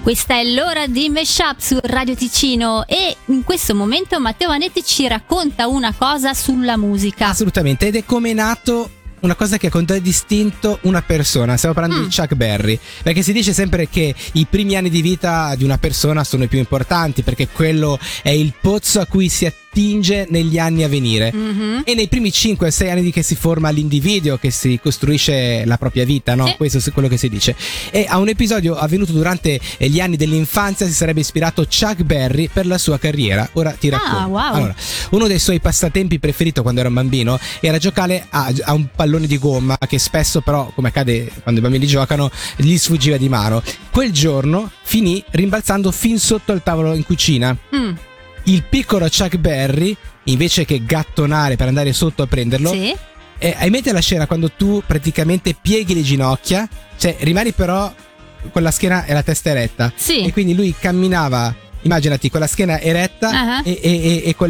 Questa è l'ora di Meshup su Radio Ticino e in questo momento Matteo Vanetti ci racconta una cosa sulla musica. Assolutamente, ed è come è nato una cosa che ha contraddistinto una persona. Stiamo parlando di Chuck Berry, perché si dice sempre che i primi anni di vita di una persona sono i più importanti, perché quello è il pozzo a cui si attinge negli anni a venire, e nei primi 5-6 anni che si forma l'individuo, che si costruisce la propria vita, no? Questo è quello che si dice. E a un episodio avvenuto durante gli anni dell'infanzia si sarebbe ispirato Chuck Berry per la sua carriera. Ora ti racconto. Wow. Allora, uno dei suoi passatempi preferito quando era un bambino era giocare a un pallone di gomma, che spesso però, come accade quando i bambini giocano, gli sfuggiva di mano. Quel giorno finì rimbalzando fin sotto il tavolo in cucina. Il piccolo Chuck Berry, invece che gattonare per andare sotto a prenderlo, hai mente la scena quando tu praticamente pieghi le ginocchia, cioè rimani però con la schiena e la testa eretta, e quindi lui camminava, immaginati, con la schiena eretta e con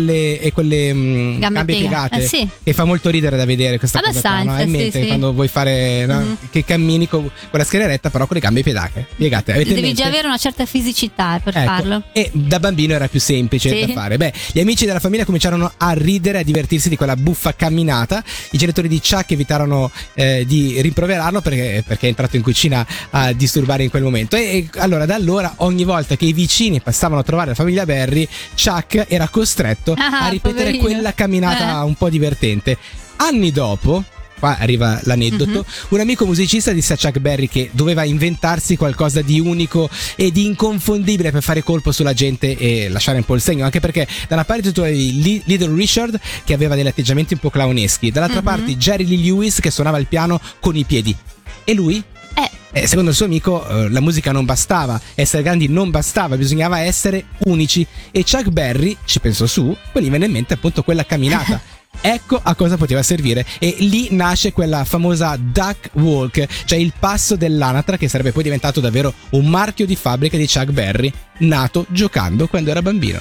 le gambe piegate, e fa molto ridere da vedere questa cosa qua, no? Hai in mente quando vuoi fare, no? Che cammini con la schiena eretta però con le gambe piegate. Devi già avere una certa fisicità per farlo, e da bambino era più semplice da fare. Gli amici della famiglia cominciarono a ridere, a divertirsi di quella buffa camminata. I genitori di Chuck evitarono di rimproverarlo perché è entrato in cucina a disturbare in quel momento, e allora da allora ogni volta che i vicini passavano a trovare la famiglia Berry, Chuck era costretto a ripetere quella camminata un po' divertente. Anni dopo, qua arriva l'aneddoto, un amico musicista disse a Chuck Berry che doveva inventarsi qualcosa di unico e di inconfondibile per fare colpo sulla gente e lasciare un po' il segno, anche perché da una parte tu avevi Little Richard che aveva degli atteggiamenti un po' clowneschi, dall'altra parte Jerry Lee Lewis che suonava il piano con i piedi, e lui secondo il suo amico la musica non bastava, essere grandi non bastava, bisognava essere unici, e Chuck Berry ci pensò su, poi gli venne in mente appunto quella camminata. Ecco a cosa poteva servire, e lì nasce quella famosa duck walk, cioè il passo dell'anatra, che sarebbe poi diventato davvero un marchio di fabbrica di Chuck Berry, nato giocando quando era bambino.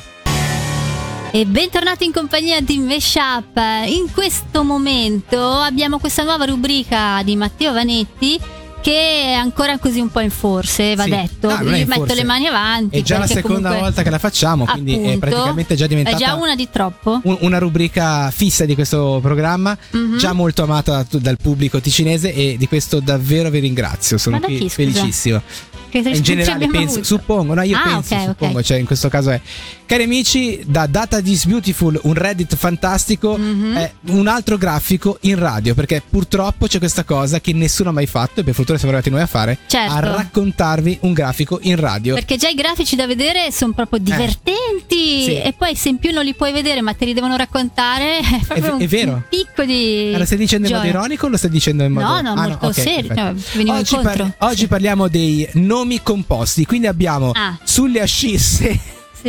E bentornati in compagnia di Meshup. In questo momento abbiamo questa nuova rubrica di Matteo Vanetti, che è ancora così un po' in forse, va detto. Io metto le mani avanti. È già la seconda volta che la facciamo, quindi appunto, è praticamente già diventata, è già una di troppo, una rubrica fissa di questo programma, già molto amata dal pubblico ticinese, e di questo davvero vi ringrazio. Sono qui felicissimo. In generale penso, suppongo, no, io penso, suppongo, cioè in questo caso è. Cari amici, da Data This Beautiful, un Reddit fantastico, è un altro grafico in radio, perché purtroppo c'è questa cosa che nessuno ha mai fatto, e per fortuna siamo arrivati noi a fare, a raccontarvi un grafico in radio. Perché già i grafici da vedere sono proprio divertenti, e poi se in più non li puoi vedere ma te li devono raccontare, è proprio un vero. picco di Lo stai dicendo in modo ironico o lo stai dicendo in modo... No, molto serio, oggi parliamo dei nomi composti, quindi abbiamo sulle ascisse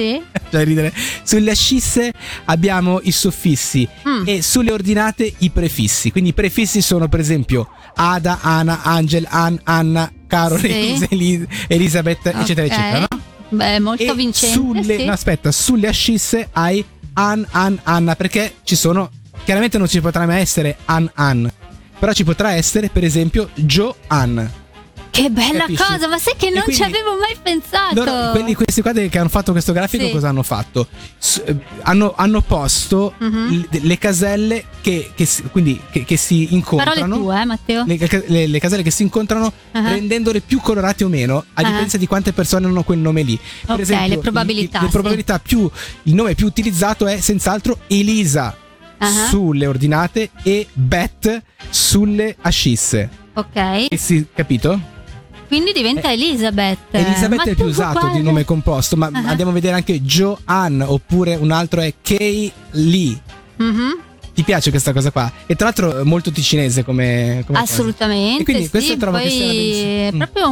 sulle ascisse abbiamo i soffissi, e sulle ordinate i prefissi. Quindi i prefissi sono per esempio Ada, Ana, Angel, Anna, Carol, Elisabeth, eccetera eccetera, no? Beh, molto vincente. Sulle ascisse hai Anna, perché ci sono, chiaramente non ci potrà mai essere An, però ci potrà essere per esempio Joanne. Che bella cosa, ma sai che non ci avevo mai pensato. Questi qua che hanno fatto questo grafico, cosa hanno fatto? Hanno posto le caselle che si incontrano. Parole tue, Matteo. Le caselle che si incontrano, rendendole più colorate o meno, a dipendenza di quante persone hanno quel nome lì. Per esempio, le probabilità. Le probabilità il nome più utilizzato è senz'altro Elisa sulle ordinate e Beth sulle ascisse. Ok. Capito? Quindi diventa Elisabeth. Elisabeth è il più usato di nome composto, ma andiamo a vedere anche Joanne, oppure un altro è Kay Lee. Ti piace questa cosa qua? E tra l'altro molto ticinese come assolutamente. E quindi questo trovo che sia è proprio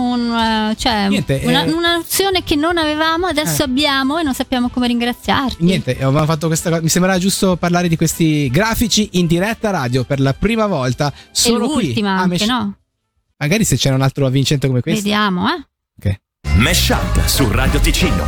un'azione che non avevamo, adesso abbiamo, e non sappiamo come ringraziarti. Niente, abbiamo fatto questa cosa. Mi sembrava giusto parlare di questi grafici in diretta radio per la prima volta, solo qui. E l'ultima anche, no? Magari se c'era un altro vincente come questo. Vediamo, Ok. Meshup su Radio Ticino.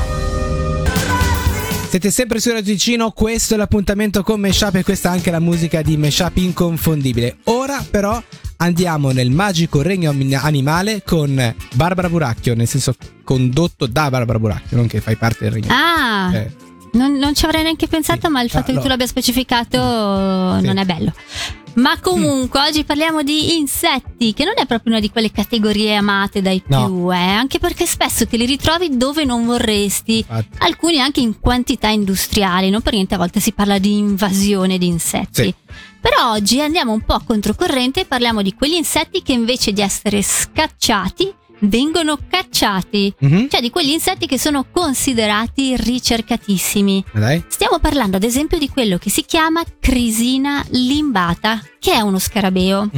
Siete sempre su Radio Ticino, questo è l'appuntamento con Meshup, e questa è anche la musica di Meshup inconfondibile. Ora però andiamo nel magico regno animale con Barbara Buracchio, nel senso condotto da Barbara Buracchio, non che fai parte del regno. Non ci avrei neanche pensato, ma il fatto che tu l'abbia specificato non è bello. Ma comunque oggi parliamo di insetti, che non è proprio una di quelle categorie amate dai più, anche perché spesso te li ritrovi dove non vorresti. Alcuni anche in quantità industriali, non per niente a volte si parla di invasione di insetti. Sì. Però oggi andiamo un po' controcorrente e parliamo di quegli insetti che invece di essere scacciati vengono cacciati, cioè di quegli insetti che sono considerati ricercatissimi. Dai. Stiamo parlando ad esempio di quello che si chiama crisina limbata, che è uno scarabeo.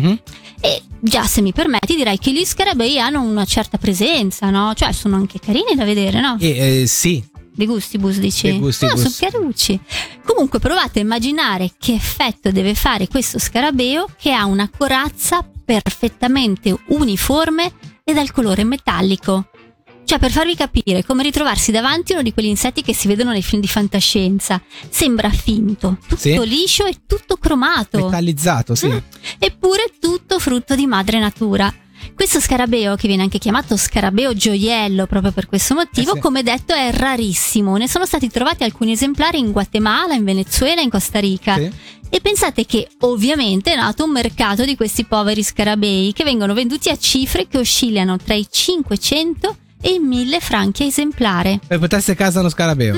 E già, se mi permetti, direi che gli scarabei hanno una certa presenza, no? Cioè sono anche carini da vedere, no? Sì. De gustibus, dici? No, sono carucci. Comunque provate a immaginare che effetto deve fare questo scarabeo, che ha una corazza perfettamente uniforme e dal colore metallico. Cioè, per farvi capire, come ritrovarsi davanti a uno di quegli insetti che si vedono nei film di fantascienza. Sembra finto, tutto liscio e tutto cromato, metallizzato, sì. Eppure tutto frutto di madre natura. Questo scarabeo, che viene anche chiamato scarabeo gioiello proprio per questo motivo, come detto è rarissimo. Ne sono stati trovati alcuni esemplari in Guatemala, in Venezuela e in Costa Rica. E pensate che ovviamente è nato un mercato di questi poveri scarabei, che vengono venduti a cifre che oscillano tra i 500 e i 1000 franchi a esemplare. Per portarsi a casa uno scarabeo.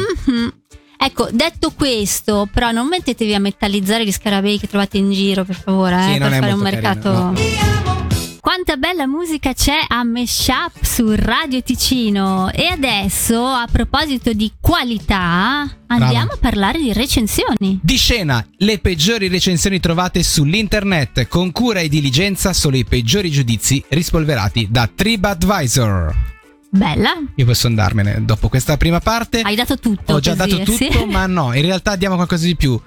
Ecco, detto questo, però non mettetevi a metallizzare gli scarabei che trovate in giro, per favore, per fare un mercato. Carino, no. Quanta bella musica c'è a Mashup su Radio Ticino. E adesso, a proposito di qualità, andiamo a parlare di recensioni. Di scena, le peggiori recensioni trovate sull'internet. Con cura e diligenza, solo i peggiori giudizi rispolverati da TripAdvisor. Bella. Io posso andarmene dopo questa prima parte. Hai dato tutto. Ho già dato tutto, ma no, in realtà diamo qualcosa di più.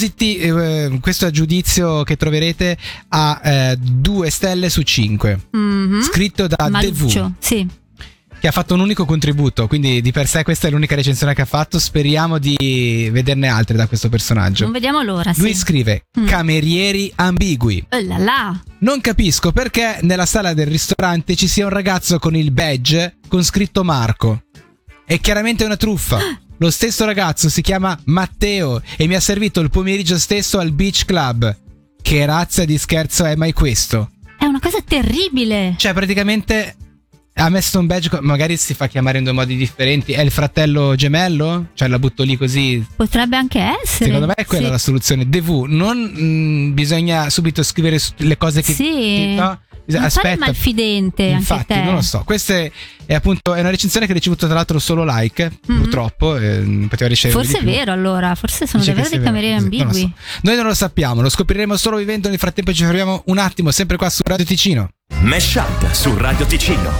Questo è giudizio che troverete a 2 stelle su 5. Scritto da Maluccio, The Vu, che ha fatto un unico contributo, quindi di per sé questa è l'unica recensione che ha fatto. Speriamo di vederne altre da questo personaggio. Non vediamo l'ora. Lui scrive camerieri ambigui. Non capisco perché nella sala del ristorante ci sia un ragazzo con il badge con scritto Marco. È chiaramente una truffa. Lo stesso ragazzo si chiama Matteo e mi ha servito il pomeriggio stesso al Beach Club. Che razza di scherzo è mai questo? È una cosa terribile. Cioè, praticamente ha messo un badge, magari si fa chiamare in 2 modi differenti. È il fratello gemello? Cioè, la butto lì così. Potrebbe anche essere. Secondo me è quella la soluzione. Devu, non bisogna subito scrivere le cose che no? Non fare malfidente. Infatti, anche te. Non lo so. Questa è appunto una recensione che ha ricevuto tra l'altro solo like. Purtroppo poteva ricevere. Forse è vero, allora. Forse sono davvero dei camerieri ambigui. Non Noi non lo sappiamo, lo scopriremo solo vivendo. Nel frattempo ci fermiamo un attimo, sempre qua su Radio Ticino. Mashup su Radio Ticino.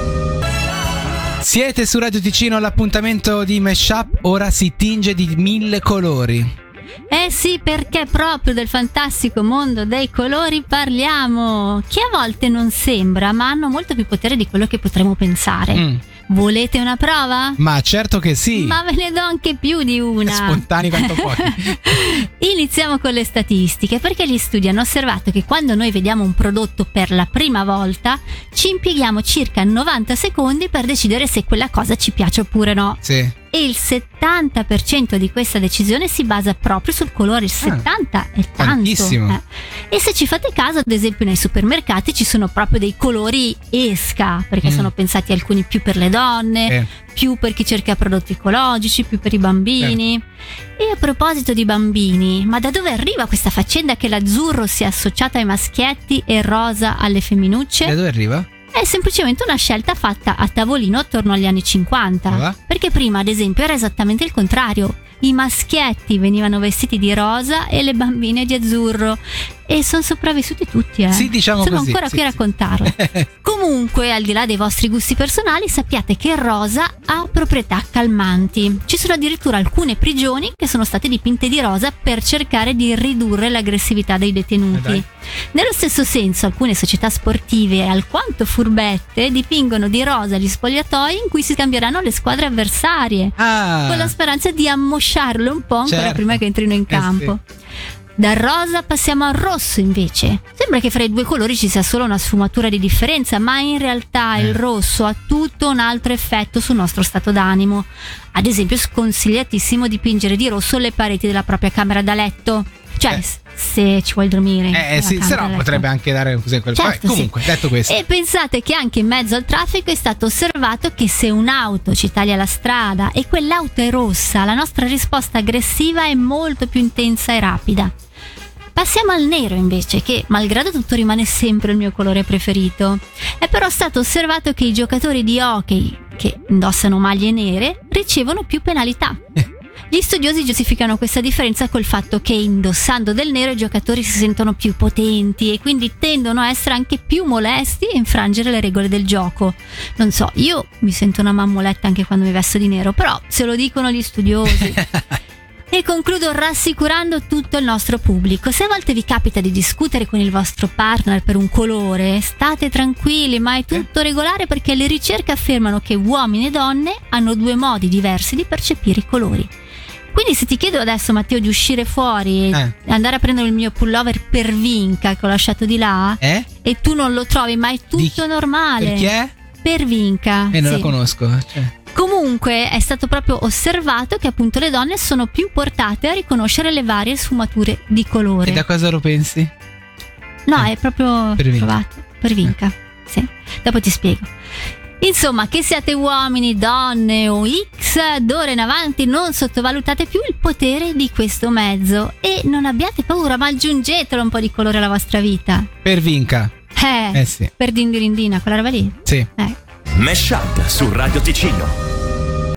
Siete su Radio Ticino, l'appuntamento di Mashup ora si tinge di 1000 colori. Sì, perché proprio del fantastico mondo dei colori parliamo, che a volte non sembra, ma hanno molto più potere di quello che potremmo pensare. Volete una prova? Ma certo che sì. Ma ve ne do anche più di una. Spontanei quanto puoi. Iniziamo con le statistiche, perché gli studi hanno osservato che quando noi vediamo un prodotto per la prima volta ci impieghiamo circa 90 secondi per decidere se quella cosa ci piace oppure no. Sì. E il 70% di questa decisione si basa proprio sul colore. Il 70 è tanto. Tantissimo. E se ci fate caso, ad esempio nei supermercati ci sono proprio dei colori esca, perché sono pensati alcuni più per le donne, più per chi cerca prodotti ecologici, più per i bambini. E a proposito di bambini, ma da dove arriva questa faccenda che l'azzurro sia associato ai maschietti e il rosa alle femminucce? Da dove arriva? È semplicemente una scelta fatta a tavolino attorno agli anni 50. Perché prima, ad esempio, era esattamente il contrario. I maschietti venivano vestiti di rosa e le bambine di azzurro. E sono sopravvissuti tutti, Sì, diciamo sono così. ancora qui a raccontarlo. Comunque, al di là dei vostri gusti personali, sappiate che il rosa ha proprietà calmanti. Ci sono addirittura alcune prigioni che sono state dipinte di rosa per cercare di ridurre l'aggressività dei detenuti. Nello stesso senso, alcune società sportive alquanto furbette dipingono di rosa gli spogliatoi in cui si cambieranno le squadre avversarie, con la speranza di ammosciarlo un po' ancora prima che entrino in campo. Dal rosa passiamo al rosso invece. Sembra che fra i due colori ci sia solo una sfumatura di differenza, ma in realtà il rosso ha tutto un altro effetto sul nostro stato d'animo. Ad esempio, sconsigliatissimo dipingere di rosso le pareti della propria camera da letto. Cioè, se ci vuoi dormire. Sì, se no potrebbe anche dare così quel. Certo, comunque, sì. Detto questo. E pensate che anche in mezzo al traffico è stato osservato che se un'auto ci taglia la strada e quell'auto è rossa, la nostra risposta aggressiva è molto più intensa e rapida. Passiamo al nero invece, che malgrado tutto rimane sempre il mio colore preferito. È però stato osservato che i giocatori di hockey che indossano maglie nere ricevono più penalità. Gli studiosi giustificano questa differenza col fatto che indossando del nero i giocatori si sentono più potenti e quindi tendono a essere anche più molesti e infrangere le regole del gioco. Non so, io mi sento una mammoletta anche quando mi vesto di nero, però se lo dicono gli studiosi. E concludo rassicurando tutto il nostro pubblico: se a volte vi capita di discutere con il vostro partner per un colore, state tranquilli, ma è tutto regolare, perché le ricerche affermano che uomini e donne hanno due modi diversi di percepire i colori. Quindi se ti chiedo adesso, Matteo, di uscire fuori e andare a prendere il mio pullover per Vinca che ho lasciato di là, e tu non lo trovi, ma è tutto normale. Perché? Per Vinca. Non la conosco. Comunque è stato proprio osservato che appunto le donne sono più portate a riconoscere le varie sfumature di colore. E da cosa lo pensi? No, è proprio per Vinca. provato. Per Vinca. Sì. Dopo ti spiego. Insomma, che siate uomini, donne o X, d'ora in avanti non sottovalutate più il potere di questo mezzo e non abbiate paura, ma aggiungetelo un po' di colore alla vostra vita. Per Vinca. Sì. Per Dindirindina, quella roba lì. Sì. Mashup su Radio Ticino.